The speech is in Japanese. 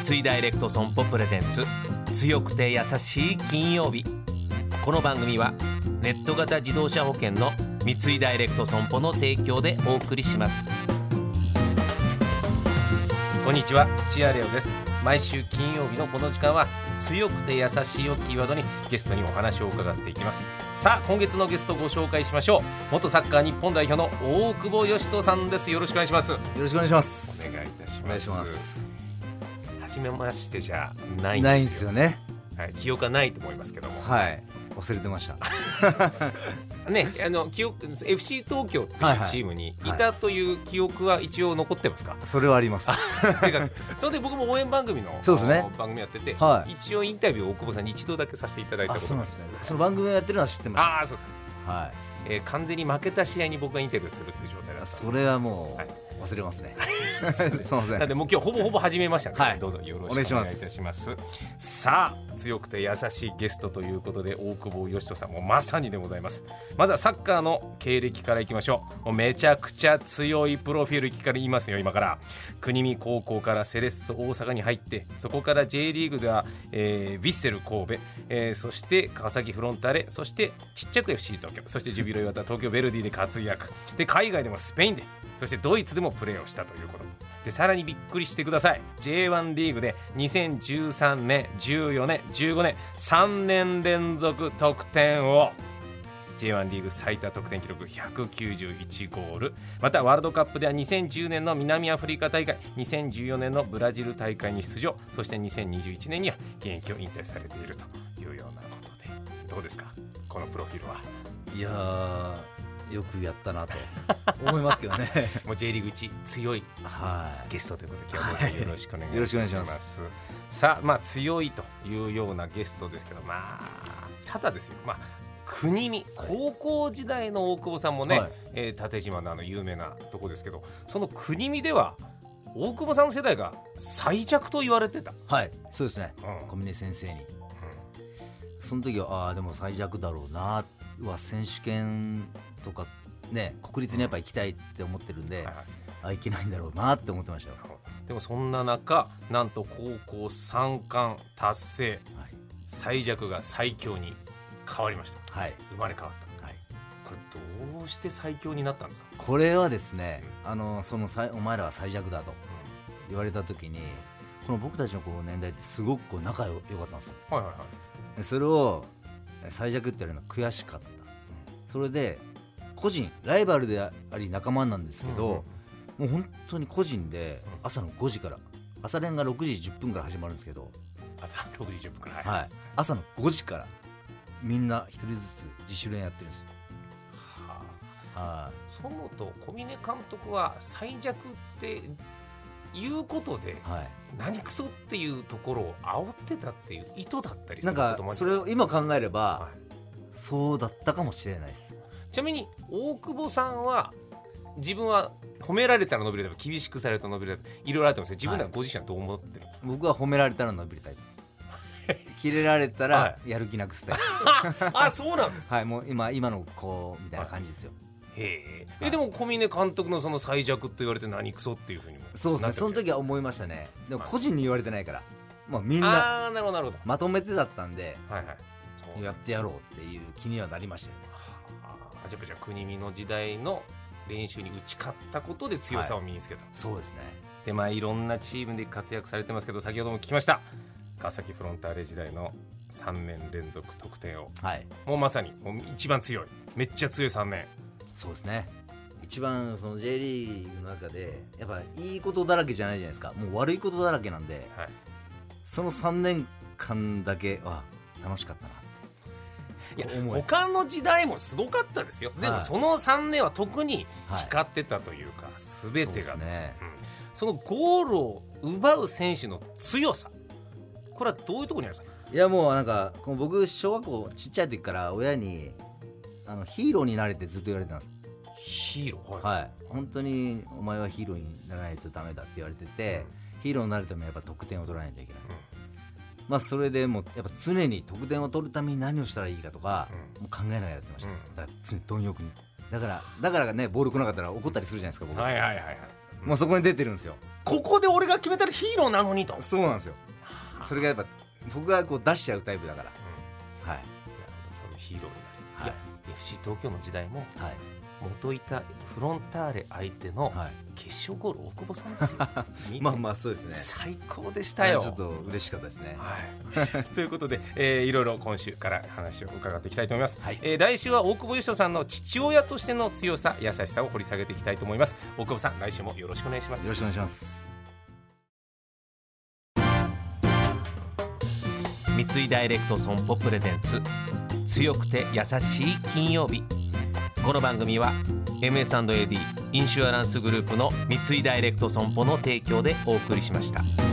三井ダイレクト損保プレゼンツ強くて優しい金曜日。この番組はネット型自動車保険の三井ダイレクト損保の提供でお送りします。こんにちは、土屋レオです。毎週金曜日のこの時間は強くて優しいをキーワードにゲストにお話を伺っていきます。さあ、今月のゲストをご紹介しましょう。元サッカー日本代表の大久保嘉人さんです。よろしくお願いします。よろしくお願いします。 お願いいたします。 お願いします。 初めましてじゃないんですよ。 ないんですよね。 はい、記憶はないと思いますけども、 はい、忘れてましたね、記憶 FC 東京っていうチームにいたという記憶は一応残ってますか？ それはありますそれで僕も応援番組のそうですね、 番組やってて、 はい、 一応インタビューを大久保さんに一度だけさせていただいたことがあるんですけど、 その番組をやってるのは知ってました。 ああ、そうですか。 はい、 完全に負けた試合に僕がインタビューするっていう状態だった。 それはもう、はい、忘れますねすいません。 なんでもう今日ほぼほぼ始めましたので、 はい、 どうぞよろしくお願いいたします。さあ、強くて優しいゲストということで大久保嘉人さんもまさにでございます。まずはサッカーの経歴からいきましょう。もうめちゃくちゃ強いプロフィールから言いますよ。今から国見高校からセレッソ大阪に入って、そこから J リーグでは、ヴィッセル神戸、そして川崎フロンターレ、そしてちっちゃく FC 東京、そしてジュビロ磐田、東京ヴェルディで活躍で、海外でもスペインで、そしてドイツでもプレーをしたということで、さらにびっくりしてください。 J1 リーグで2013年14年15年3年連続得点を、 J1 リーグ最多得点記録191ゴール、またワールドカップでは2010年の南アフリカ大会、2014年のブラジル大会に出場、そして2021年には現役を引退されているというようなことで、どうですか、このプロフィールは。 いやー、よくやったなと思いますけどねもう J リーグ一強いゲストということで、今日もよろしくお願いします。さあ、強いというようなゲストですけど、ただですよ、国見高校時代の大久保さんもね、はい、縦島の有名なとこですけど、その国見では大久保さんの世代が最弱と言われてた。 はい、そうですね、小峰先生に、その時はでも最弱だろうな、選手権とかね、国立にやっぱ行きたいって思ってるんで、行けないんだろうなって思ってましたよ。 でもそんな中、なんと高校3冠達成、はい、最弱が最強に変わりました、はい、生まれ変わった、はい、これどうして最強になったんですか？ これはですね、お前らは最弱だと言われた時に、この僕たちの年代ってすごく仲良かったんですよ、はいはいはい、それを最弱って言われるのは悔しかった、それで個人ライバルであり仲間なんですけど、もう本当に個人で朝の5時から、朝練が6時10分から始まるんですけど、 朝6時10分から、 はい、朝の5時からみんな一人ずつ自主練やってるんですよ。 そう思うと小峰監督は最弱っていうことで、はい、何クソっていうところを煽ってたっていう意図だったりすることもある。 それを今考えれば、はい、そうだったかもしれないです。 ちなみに大久保さんは自分は褒められたら伸びるタイプ、厳しくされると伸びるタイプ、いろいろあると思うんですけど、自分ではご自身はどう思ってるんですか？ 僕は褒められたら伸びるタイプキレられたらやる気なくすタイプそうなんですか？ はい、もう今の子みたいな感じですよ。 へえ、でも小峰監督のその最弱と言われて何クソっていうふうにも、 そうですね、その時は思いましたね。でも個人に言われてないから、みんなまとめてだったんで、はいはい、やってやろうっていう気にはなりましたよね。 じゃあ国見の時代の練習に打ち勝ったことで強さを身につけた、はい、 そうですね。 で、いろんなチームで活躍されてますけど、先ほども聞きました川崎フロンターレ時代の3年連続得点を、はい、もうまさにもう一番強い、めっちゃ強い3年。 そうですね、一番その J リーグの中でやっぱいいことだらけじゃないじゃないですか。もう悪いことだらけなんで、はい、その3年間だけは楽しかったな。 いや、他の時代もすごかったですよ。でもその3年は特に光ってたというか、全てが、そのゴールを奪う選手の強さ、これはどういうところにあるんですか？ いや、もうなんか僕小学校ちっちゃい時から親にヒーローになれってずっと言われてます。 ヒーロー、 はい、本当にお前はヒーローにならないとダメだって言われてて、ヒーローになるためにやっぱ得点を取らないといけない、それでもやっぱ常に得点を取るために何をしたらいいかとか、もう考えながらやってました、だから常に貪欲に。だからね、ボール来なかったら怒ったりするじゃないですか僕。 もうそこに出てるんですよ。 ここで俺が決めたらヒーローなのにと。 そうなんですよ。それがやっぱ僕がこう出しちゃうタイプだから、はい、 そのヒーローになる、いや FC 東京の時代も、 はい、 元いたフロンターレ相手の決勝ゴール大久保さんですよまあまあそうですね、 最高でしたよ。 ちょっと嬉しかったですね、 はい、ということで、いろいろ今週から話を伺っていきたいと思います、 はい、 来週は大久保嘉人さんの父親としての強さ優しさを掘り下げていきたいと思います。大久保さん、来週もよろしくお願いします。 よろしくお願いします。 三井ダイレクト損保プレゼンツ、強くて優しい金曜日。この番組は MS&AD インシュアランスグループの三井ダイレクト損保の提供でお送りしました。